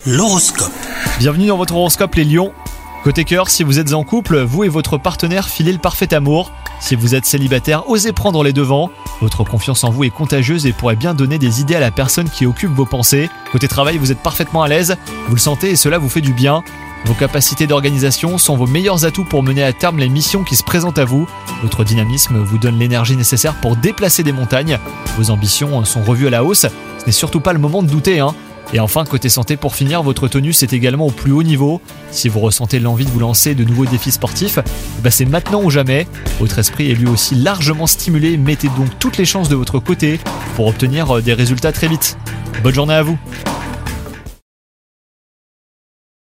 L'horoscope. Bienvenue dans votre horoscope les lions. Côté cœur, si vous êtes en couple, vous et votre partenaire filez le parfait amour. Si vous êtes célibataire, osez prendre les devants. Votre confiance en vous est contagieuse et pourrait bien donner des idées à la personne qui occupe vos pensées. Côté travail, vous êtes parfaitement à l'aise, vous le sentez et cela vous fait du bien. Vos capacités d'organisation sont vos meilleurs atouts pour mener à terme les missions qui se présentent à vous. Votre dynamisme vous donne l'énergie nécessaire pour déplacer des montagnes. Vos ambitions sont revues à la hausse, ce n'est surtout pas le moment de douter, Et enfin, côté santé, pour finir, votre tonus est également au plus haut niveau. Si vous ressentez l'envie de vous lancer de nouveaux défis sportifs, c'est maintenant ou jamais. Votre esprit est lui aussi largement stimulé, mettez donc toutes les chances de votre côté pour obtenir des résultats très vite. Bonne journée à vous.